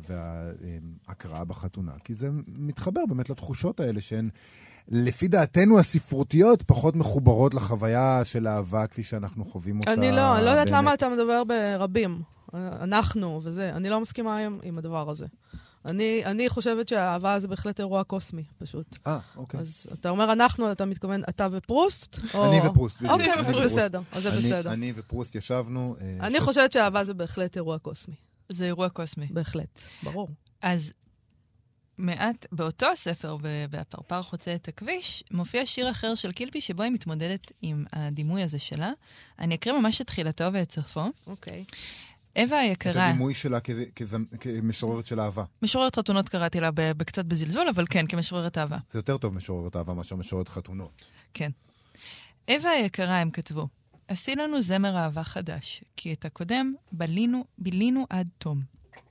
וההקראה בחתונה. כי זה מתחבר באמת לתחושות האלה שהן, לפי דעתנו הספרותיות, פחות מחוברות לחוויה של האהבה כפי שאנחנו חווים אותה. אני לא, אני לא יודעת למה אתה מדבר ברבים. אנחנו וזה. אני לא מסכימה עם, עם הדבר הזה. אני, אני חושבת שהאהבה זה בהחלט אירוע קוסמי, פשוט. אה, אוקיי. אז אתה אומר אנחנו, אתה מתכוון אתה ופרוסט? אני ופרוסט. אוקיי, אז בסדר, אז זה בסדר. אני ופרוסט ישבנו... אני חושבת שהאהבה זה בהחלט אירוע קוסמי. זה אירוע קוסמי. בהחלט, ברור. אז מעט, באותו הספר, והפרפר חוצה את הכביש, מופיע שיר אחר של קילפי, שבו היא מתמודדת עם הדימוי הזה שלה. אני אקריא ממש את תחילתו ואת סופו. אוקיי. אווה היקרה... את הדימוי שלה כמשוררת של אהבה. משוררת חתונות קראתי לה בקצת בזלזול, אבל כן, כמשוררת אהבה. זה יותר טוב משוררת אהבה מאשר משוררת חתונות. כן. אווה היקרה, הם כתבו, עשי לנו זמר אהבה חדש, כי את הקודם בלינו, בילינו עד תום.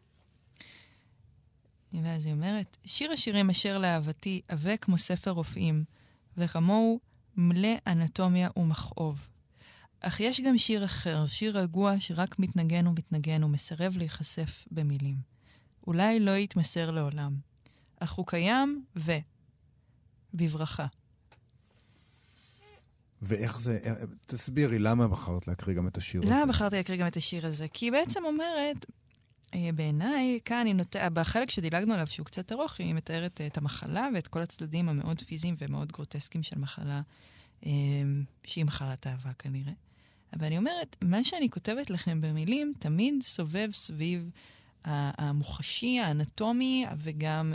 ואז היא אומרת, שיר השירים אשר לאהבתי עבה כמו ספר רופאים, וכמוהו מלא אנטומיה ומכאוב. אך יש גם שיר אחר, שיר רגוע שרק מתנגן ומתנגן ומסרב להיחשף במילים. אולי לא יתמסר לעולם, אך הוא קיים ו... בברכה. ואיך זה... תסבירי, למה בחרת להקריא גם את השיר הזה? למה בחרתי להקריא גם את השיר הזה? כי היא בעצם אומרת, בעיניי, כאן היא נוטה... בחלק שדילגנו עליו, שהוא קצת ארוך, היא מתארת את המחלה ואת כל הצדדים המאוד פיזיים ומאוד גרוטסקיים של מחלה, שהיא מחלת אהבה כנראה. אבל אני אומרת, מה שאני כותבת לכם במילים תמיד סובב סביב המוחשי, האנטומי, וגם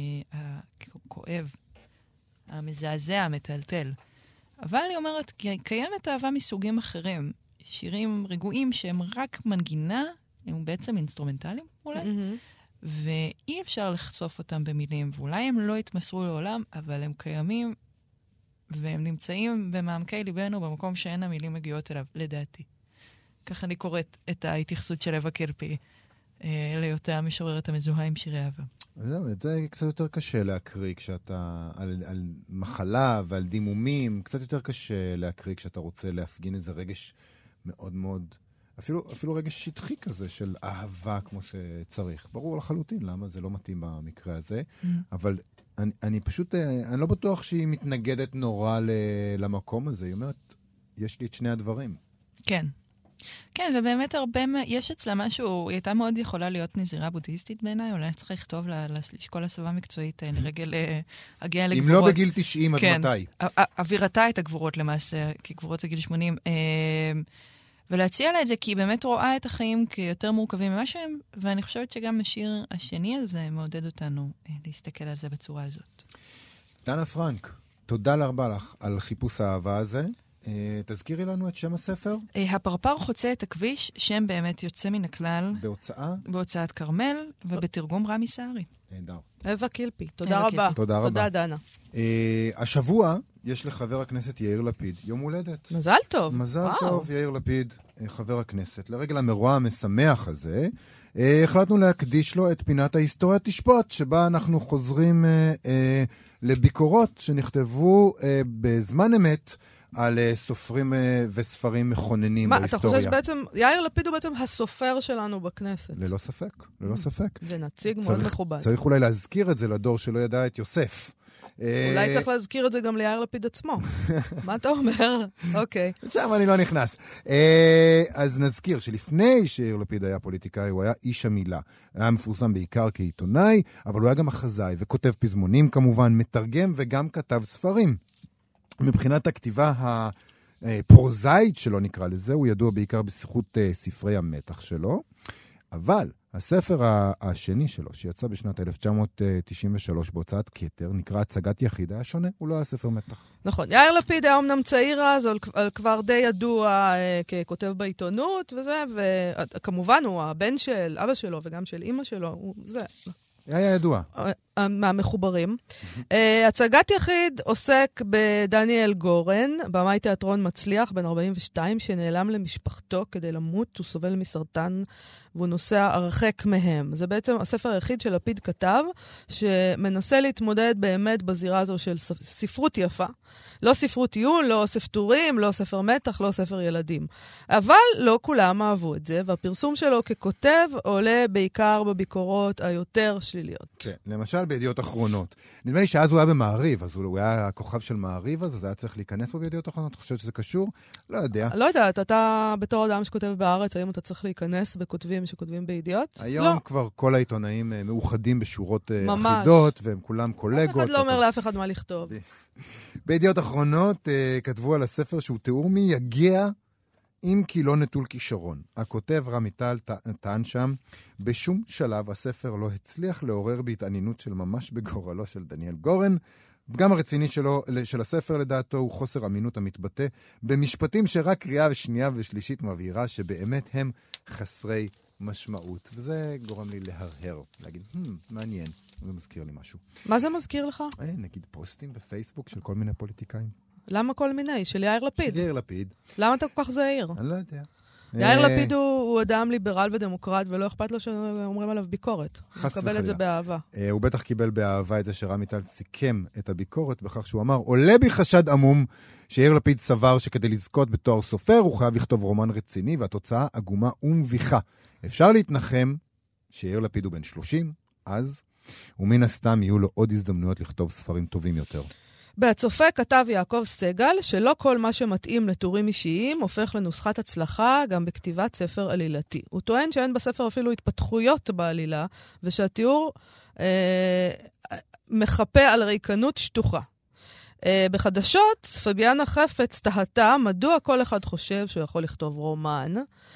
הכואב, המזעזע, המטלטל. אבל היא אומרת, קיימת אהבה מסוגים אחרים. שירים רגועים שהם רק מנגינה, הם בעצם אינסטרומנטליים אולי, mm-hmm. ואי אפשר לחשוף אותם במילים, ואולי הם לא יתמסרו לעולם, אבל הם קיימים, והם נמצאים במעמקי ליבנו, במקום שאין המילים מגיעות אליו, לדעתי. ככה אני קוראת את ההתייחסות של אווה קלפי, אה, להיותה המשוררת המזוהה עם שירי אהבה. זהו, את זה קצת יותר קשה להקריא כשאתה על, על מחלה ועל דימומים, קצת יותר קשה להקריא כשאתה רוצה להפגין איזה רגש מאוד מאוד, אפילו, אפילו רגש שטחי כזה של אהבה כמו שצריך. ברור לחלוטין למה זה לא מתאים במקרה הזה, mm. אבל אני, אני פשוט, אני לא בטוח שהיא מתנגדת נורא ל, למקום הזה. היא אומרת, יש לי את שני הדברים. כן. כן, ובאמת הרבה, יש אצלה משהו, היא הייתה מאוד יכולה להיות נזירה בודהיסטית בעיניי, אולי צריך לכתוב לה, לשקול הסבה מקצועית לרגל הגיעה לגבורות. אם לא בגיל תשעים, עד מתי? כן, אווירתה את הגבורות למעשה, כי גבורות זה גיל שמונים, ולהציע לה את זה, כי היא באמת רואה את החיים כיותר מורכבים ממה שהם, ואני חושבת שגם השיר השני על זה מעודד אותנו להסתכל על זה בצורה הזאת. דנה פרנק, תודה רבה לך על חיפוש האהבה הזה. תזכירי לנו את שם הספר. הפרפר חוצה את הכביש, שם באמת יוצא מן הכלל. בהוצאה? בהוצאת קרמל, ובתרגום רמי סערי. נהדר. אווה קלפי, תודה רבה. תודה רבה. תודה, דנה. השבוע יש לחבר הכנסת יאיר לפיד יום הולדת. מזל טוב. מזל טוב, יאיר לפיד, חבר הכנסת. לרגל המרוע המשמח הזה, החלטנו להקדיש לו את פינת ההיסטוריה תשפוט, שבה אנחנו חוזרים לביקורות שנכתבו בזמן אמת, על סופרים וספרים מכוננים מה, בהיסטוריה. אתה חושב שבעצם, יאיר לפיד הוא בעצם הסופר שלנו בכנסת? ללא ספק, ללא ספק. זה נציג מאוד מכובד. צריך אולי להזכיר את זה לדור שלא ידע את יוסף. אולי צריך להזכיר את זה גם ליאיר לפיד עצמו. מה אתה אומר? אוקיי. שם אני לא נכנס. אז נזכיר שלפני שיאיר לפיד היה פוליטיקאי, הוא היה איש המילה. היה מפורסם בעיקר כעיתונאי, אבל הוא היה גם מחזאי וכותב פזמונים כמובן, מתרגם וגם כתב ספרים. מבחינת הכתיבה הפרוזאית שלו נקרא לזה, הוא ידוע בעיקר בזכות ספרי המתח שלו, אבל הספר השני שלו, שיצא בשנת אלף תשע מאות תשעים ושלוש בהוצאת כתר, נקרא הצגת יחיד, היה שונה, הוא לא היה ספר מתח. נכון, יאיר לפיד היה אמנם צעיר אז, אבל כבר די ידוע ככותב בעיתונות וזה, וכמובן הוא הבן של אבא שלו וגם של אמא שלו, הוא זה... היה ידוע. מהמחוברים. הצגת יחיד עוסק בדניאל גורן, במאי תיאטרון מצליח, בן ארבעים ושתיים, שנעלם למשפחתו כדי למות, הוא סובל מסרטן, והוא נוסע הרחק מהם. זה בעצם הספר היחיד שלפיד כתב, שמנסה להתמודד באמת בזירה הזו של ספרות יפה. לא ספרות עיון, לא אוסף טורים, לא ספר מתח, לא ספר ילדים. אבל לא כולם אהבו את זה, והפרסום שלו ככותב עולה בעיקר בביקורות היותר שליליות. כן, למשל בידיעות אחרונות. נדמה לי שאז הוא היה במעריב, אז הוא היה הכוכב של מעריב, אז זה היה צריך להיכנס בו בידיעות אחרונות. אתה חושב שזה קשור? לא יודע. לא יודעת, אתה בתור אדם שכותב בארץ, האם אתה צריך להיכנס בכותבים שכותבים בידיעות? היום לא. כבר כל העיתונאים מאוחדים בשורות ממש. אחידות, והם כולם קולגות. אף אחד לא אומר לאף אחד מה לכתוב. בידיעות אחרונות uh, כתבו על הספר שהוא תיאור מי יגיע אם כי לא נטול כישרון. הכותב רמי טל טען שם, בשום שלב הספר לא הצליח לעורר בהתעניינות של ממש בגורלו של דניאל גורן. גם הרציני שלו, של הספר לדעתו הוא חוסר אמינות המתבטא במשפטים שרק קריאה ושנייה ושלישית מבהירה שבאמת הם חסרי משמעות. וזה גורם לי להרהר, להגיד, hmm, מעניין. זה מזכיר לי משהו. מה זה מזכיר לך? אה, נגיד פוסטים בפייסבוק של כל מיני פוליטיקאים. למה כל מיני? של יאיר לפיד. של יאיר לפיד. למה אתה כל כך זהיר? אני לא יודע. יאיר לפיד הוא אדם ליברל ודמוקרט, ולא אכפת לו שאומרים עליו ביקורת. הוא מקבל את זה באהבה. הוא בטח קיבל באהבה את זה שרמי טל סיכם את הביקורת, בכך שהוא אמר, עולה בי חשד עמום שיאיר לפיד סבר שכדי לזכות בתואר סופר, הוא חייב לכתוב רומן רציני, והתוצאה עגומה ומביכה. אפשר להתנחם שיאיר לפיד הוא בן שלושים, אז, ומן הסתם יהיו לו עוד הזדמנויות לכתוב ספרים טובים יותר. בהצופה כתב יעקב סגל שלא כל מה שמתאים לטורים אישיים הופך לנוסחת הצלחה גם בכתיבת ספר עלילתי. הוא טוען שאין בספר אפילו התפתחויות בעלילה, ושהתיאור אה, מחפה על ריקנות שטוחה. בחדשות, פביאנה חפץ תהתה מדוע כל אחד חושב שהוא יכול לכתוב רומן,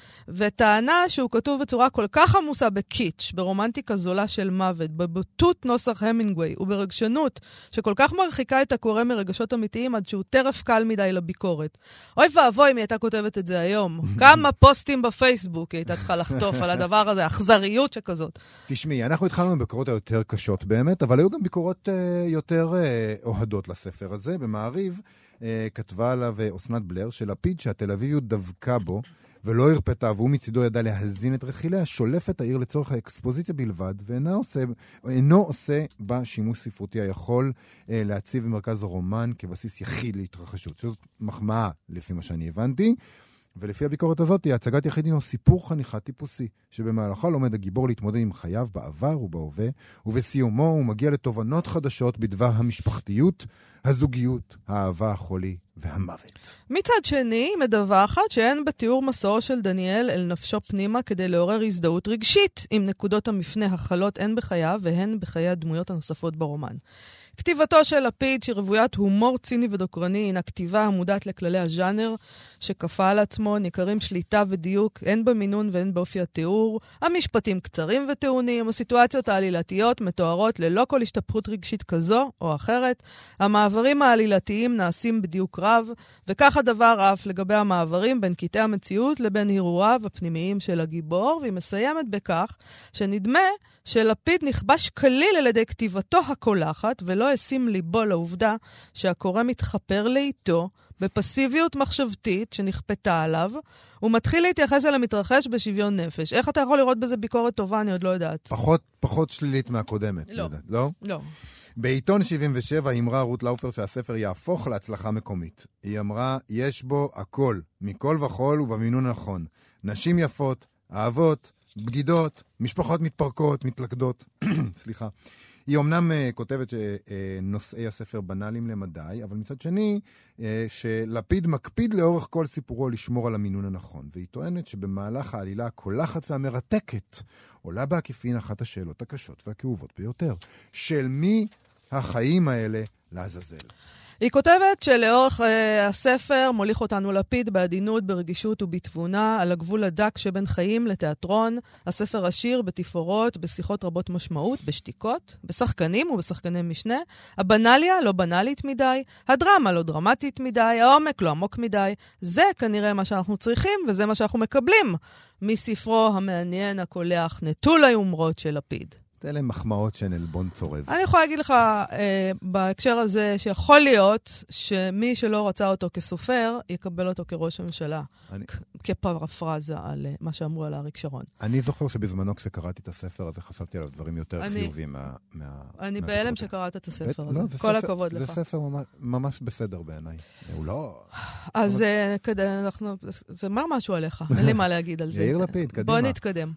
וטענה שהוא כתוב בצורה כל כך עמוסה בקיץ', ברומנטיקה זולה של מוות, בבוטות נוסח המינגווי, וברגשנות שכל כך מרחיקה את הקורא מרגשות אמיתיים עד שהוא טרף קל מדי לביקורת. אוי ואבוי אם היא הייתה כותבת את זה היום. כמה פוסטים בפייסבוק היא הייתה צריכה לחטוף על הדבר הזה, אכזריות שכזאת. תשמעי, אנחנו התחלנו עם ביקורות היותר קשות באמת, אבל היו גם ביקורות uh, יותר uh, אוהדות לספר הזה. במעריב uh, כתבה עליו אסנת בלר, שלפיד שהתל אביביות דווקא בו, ולא הרפתה, והוא מצידו ידע להזין את רכיליה, שולף את העיר לצורך האקספוזיציה בלבד, ואינו עושה, אינו עושה בה שימוש ספרותי היכול אה, להציב במרכז הרומן כבסיס יחיד להתרחשות. שזאת מחמאה לפי מה שאני הבנתי, ולפי הביקורת הזאת, הצגת יחיד הינו סיפור חניכה טיפוסי, שבמהלכה לומד הגיבור להתמודד עם חייו בעבר ובהווה, ובסיומו הוא מגיע לתובנות חדשות בדבר המשפחתיות, הזוגיות, האהבה, החולי והמוות. מצד שני, היא מדווחת שאין בתיאור מסעו של דניאל אל נפשו פנימה כדי לעורר הזדהות רגשית עם נקודות המפנה החלות הן בחייו והן בחיי הדמויות הנוספות ברומן. כתיבתו של לפיד, שרוויית הומור ציני ודוקרני, הינה כתיבה המודעת לכללי הז'אנר, שכפה על עצמו, ניכרים שליטה ודיוק, הן במינון והן באופי התיאור, המשפטים קצרים וטעונים, הסיטואציות העלילתיות מתוארות ללא כל השתפכות רגשית כזו או אחרת, המעברים העלילתיים נעשים בדיוק רב, וכך הדבר אף לגבי המעברים בין קטעי המציאות לבין הרהוריו הפנימיים של הגיבור, והיא מסיימת בכך שנדמה שלפיד נכבש כליל על ידי כתיבתו הקולחת, ולא ישים ליבו לעובדה שהקורא מתחפר לאיתו בפסיביות מחשבתית שנכפתה עליו, הוא מתחיל להתייחס אל המתרחש בשוויון נפש. איך אתה יכול לראות בזה ביקורת טובה? אני עוד לא יודעת. פחות, פחות שלילית מהקודמת. לא. יודעת, לא? לא. בעיתון שבעים ושבע אמרה רות לאופר שהספר יהפוך להצלחה מקומית. היא אמרה, יש בו הכל, מכל וכל ובמינון נכון. נשים יפות, אהבות, בגידות, משפחות מתפרקות, מתלכדות. סליחה. היא אומנם uh, כותבת שנושאי הספר בנאליים למדי, אבל מצד שני, uh, שלפיד מקפיד לאורך כל סיפורו לשמור על המינון הנכון. והיא טוענת שבמהלך העלילה הקולחת והמרתקת, עולה בעקיפין אחת השאלות הקשות והכאובות ביותר. של מי החיים האלה לעזאזל? היא כותבת שלאורך uh, הספר מוליך אותנו לפיד בעדינות, ברגישות ובתבונה, על הגבול הדק שבין חיים לתיאטרון. הספר עשיר בתפאורות, בשיחות רבות משמעות, בשתיקות, בשחקנים ובשחקני משנה. הבנליה לא בנלית מדי, הדרמה לא דרמטית מדי, העומק לא עמוק מדי. זה כנראה מה שאנחנו צריכים, וזה מה שאנחנו מקבלים מספרו המעניין, הקולח, נטול היומרות של לפיד. אלה מחמאות של עלבון צורב. אני יכולה להגיד לך אה, בהקשר הזה שיכול להיות שמי שלא רצה אותו כסופר, יקבל אותו כראש הממשלה, אני... כפרפרזה על uh, מה שאמרו על אריק שרון. אני זוכר שבזמנו כשקראתי את הספר הזה, חשבתי עליו דברים יותר אני... חיובים מה... מה... אני בהלם שקראת את הספר הזה. לא, כל ספר, הכבוד זה לך. זה ספר ממש, ממש בסדר בעיניי. הוא לא... אז אבל... uh, כדי, אנחנו... זה אומר משהו עליך, אין לי מה להגיד על זה. יאיר לפיד, קדימה. בוא נתקדם.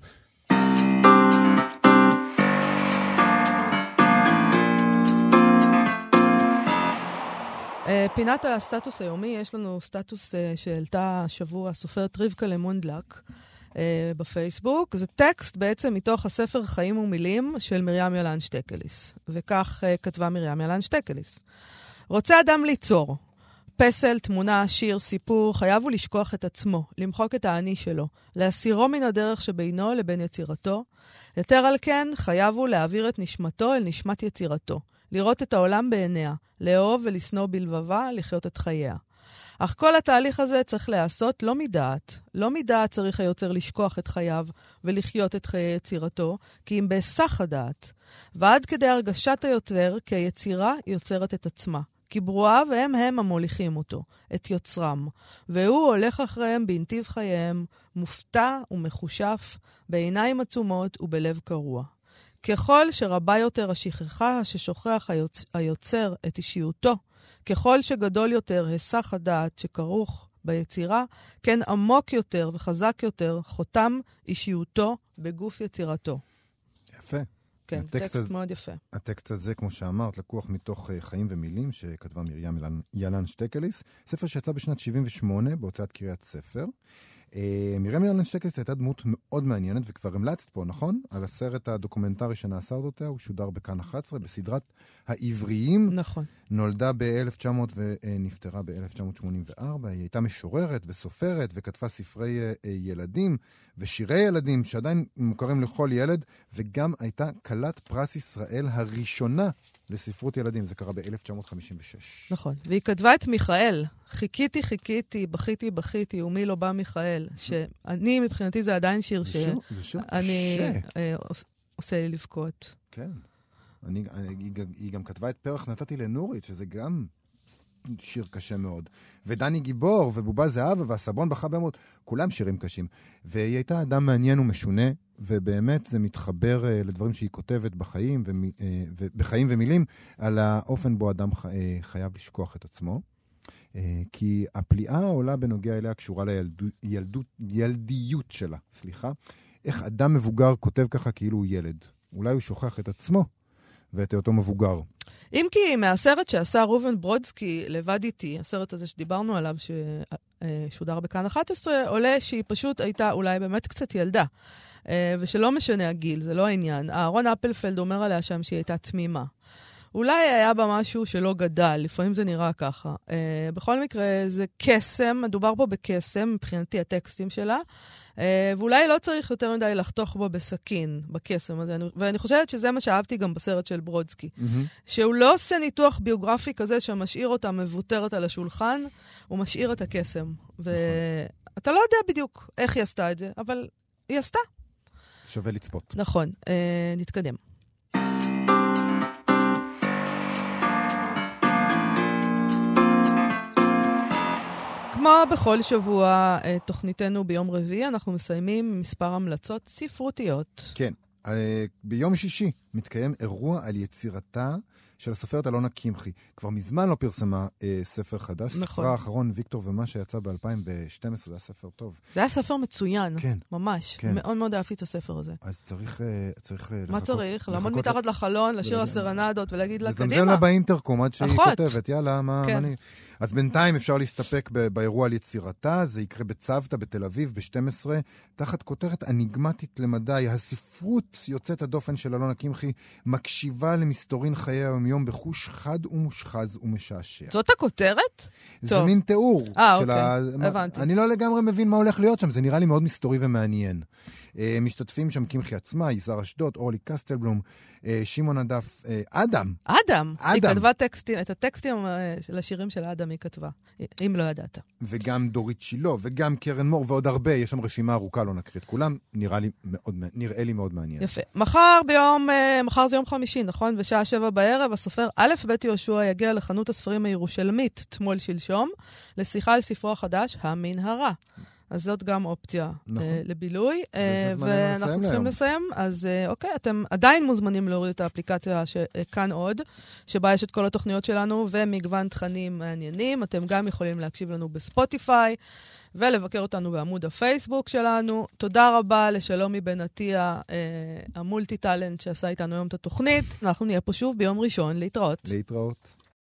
פינת הסטטוס היומי, יש לנו סטטוס שהעלתה השבוע הסופרת רבקה למונדלק בפייסבוק. זה טקסט בעצם מתוך הספר חיים ומילים של מרים ילן שטקליס. וכך כתבה מרים ילן שטקליס. רוצה אדם ליצור. פסל, תמונה, שיר, סיפור, חייב הוא לשכוח את עצמו, למחוק את האני שלו, להסירו מן הדרך שבינו לבין יצירתו. יותר על כן, חייב הוא להעביר את נשמתו אל נשמת יצירתו. לראות את העולם בעיניה, לאהוב ולשנוא בלבבה, לחיות את חייה. אך כל התהליך הזה צריך לעשות לא מדעת. לא מדעת צריך היוצר לשכוח את חייו ולחיות את חיי יצירתו, כי אם בהיסח הדעת. ועד כדי הרגשת היוצר, כי היצירה יוצרת את עצמה. כי ברואיו הם הם המוליכים אותו, את יוצרם. והוא הולך אחריהם בנתיב חייהם, מופתע ומחושף, בעיניים עצומות ובלב קרוע. ככל שרבה יותר השכחה ששוכח היוצ... היוצר את אישיותו, ככל שגדול יותר היסח הדעת שכרוך ביצירה, כן עמוק יותר וחזק יותר חותם אישיותו בגוף יצירתו. יפה. כן, טקסט הזה, מאוד יפה. הטקסט הזה, כמו שאמרת, לקוח מתוך uh, חיים ומילים שכתבה מרים ילן, ילן שטקליס, ספר שיצא בשנת שבעים ושמונה בהוצאת קריאת ספר. Uh, מרים ילן שטקליס הייתה דמות מאוד מעניינת, וכבר המלצת פה, נכון? על הסרט הדוקומנטרי שנעשה אותה, הוא שודר בכאן אחת עשרה, בסדרת העבריים. נכון. נולדה ב-אלף תשע מאות ונפטרה ב-אלף תשע מאות שמונים וארבע. היא הייתה משוררת וסופרת וכתבה ספרי ילדים ושירי ילדים שעדיין מוכרים לכל ילד, וגם הייתה כלת פרס ישראל הראשונה לספרות ילדים. זה קרה ב-אלף תשע מאות חמישים ושש. נכון. והיא כתבה את מיכאל. חיכיתי, חיכיתי, בכיתי, בכיתי, ומי לא בא מיכאל. שאני, מבחינתי, זה עדיין שיר ש... זה שיר אני קשה. עושה לי לבכות. כן. אני, היא, היא גם כתבה את פרח נתתי לנורית, שזה גם שיר קשה מאוד. ודני גיבור, ובובה זהבה, והסבון בכה במות, כולם שירים קשים. והיא הייתה אדם מעניין ומשונה, ובאמת זה מתחבר uh, לדברים שהיא כותבת בחיים, ומ, uh, ובחיים ומילים, על האופן בו אדם ח, uh, חייב לשכוח את עצמו. Uh, כי הפליאה העולה בנוגע אליה קשורה לילדיות שלה. סליחה. איך אדם מבוגר כותב ככה כאילו הוא ילד. אולי הוא שוכח את עצמו, ואת אותו מבוגר. אם כי מהסרט שעשה ראובן ברודסקי לבד איתי, הסרט הזה שדיברנו עליו, ששודר בכאן אחת עשרה, עולה שהיא פשוט הייתה אולי באמת קצת ילדה. ושלא משנה הגיל, זה לא העניין. אהרון אפלפלד אומר עליה שם שהיא הייתה תמימה. אולי היה בה משהו שלא גדל, לפעמים זה נראה ככה. בכל מקרה, זה קסם, מדובר פה בקסם, מבחינתי הטקסטים שלה, ואולי לא צריך יותר מדי לחתוך בו בסכין, בקסם הזה. ואני חושבת שזה מה שאהבתי גם בסרט של ברודסקי. שהוא לא עושה ניתוח ביוגרפי כזה שמשאיר אותה מבוטרת על השולחן, הוא משאיר את הקסם. ואתה לא יודע בדיוק איך היא עשתה את זה, אבל היא עשתה. שווה לצפות. נכון, נתקדם. כמו בכל שבוע תוכניתנו ביום רביעי, אנחנו מסיימים מספר המלצות ספרותיות. כן, ביום שישי מתקיים אירוע על יצירתה של הסופרת אלונה קמחי. כבר מזמן לא פרסמה אה, ספר חדש. נכון. ספרה האחרון, ויקטור ומה שיצא ב-אלפיים ושתים עשרה, זה היה ספר טוב. זה היה ספר מצוין. כן. ממש. כן. מאוד מאוד אהבתי את הספר הזה. אז צריך, צריך מה לחכות. מה צריך? לעמוד מתחת לחלון, לשיר הסרנדות ולהגיד לה, קדימה. לזמזם לה באינטרקום עד שהיא אחות. כותבת. יאללה, מה, כן. מה אני... אז בינתיים אפשר להסתפק ב- באירוע על יצירתה. זה יקרה בצוותא בתל אביב ב-שתים עשרה, תחת כותרת אניגמטית למדי. הספרות יוצאת הדופן של אלונה קמחי מקשיבה למסתורין חיי היום-יום בחוש חד ומושחז ומשעשע. זאת הכותרת? זה טוב. מין תיאור. אה, של אוקיי, ה... הבנתי. אני לא לגמרי מבין מה הולך להיות שם, זה נראה לי מאוד מסתורי ומעניין. משתתפים שם קמחי עצמה, יזהר אשדוד, אורלי קסטלבלום, שמעון הדף, אדם. אדם. אדם. היא כתבה טקסטים, את הטקסטים של השירים של אדם היא כתבה, אם לא ידעת. וגם דורית שילה, וגם קרן מור, ועוד הרבה, יש שם רשימה ארוכה, לא נקריא את כולם, נראה לי מאוד, נראה לי מאוד מעניין. יפה. מחר ביום, מחר זה יום חמישי, נכון? בשעה שבע בערב, הסופר א' ב' יהושע יגיע לחנות הספרים הירושלמית, תמול שלשום, לשיחה על ספרו החדש, המנהרה. אז זאת גם אופציה נכון. לבילוי, ואנחנו צריכים היום. לסיים. אז אוקיי, אתם עדיין מוזמנים להוריד את האפליקציה שכאן עוד, שבה יש את כל התוכניות שלנו, ומגוון תכנים מעניינים. אתם גם יכולים להקשיב לנו בספוטיפיי, ולבקר אותנו בעמוד הפייסבוק שלנו. תודה רבה לשלומי בן עטיה, המולטי טלנט שעשה איתנו היום את התוכנית. אנחנו נהיה פה שוב ביום ראשון. להתראות. להתראות.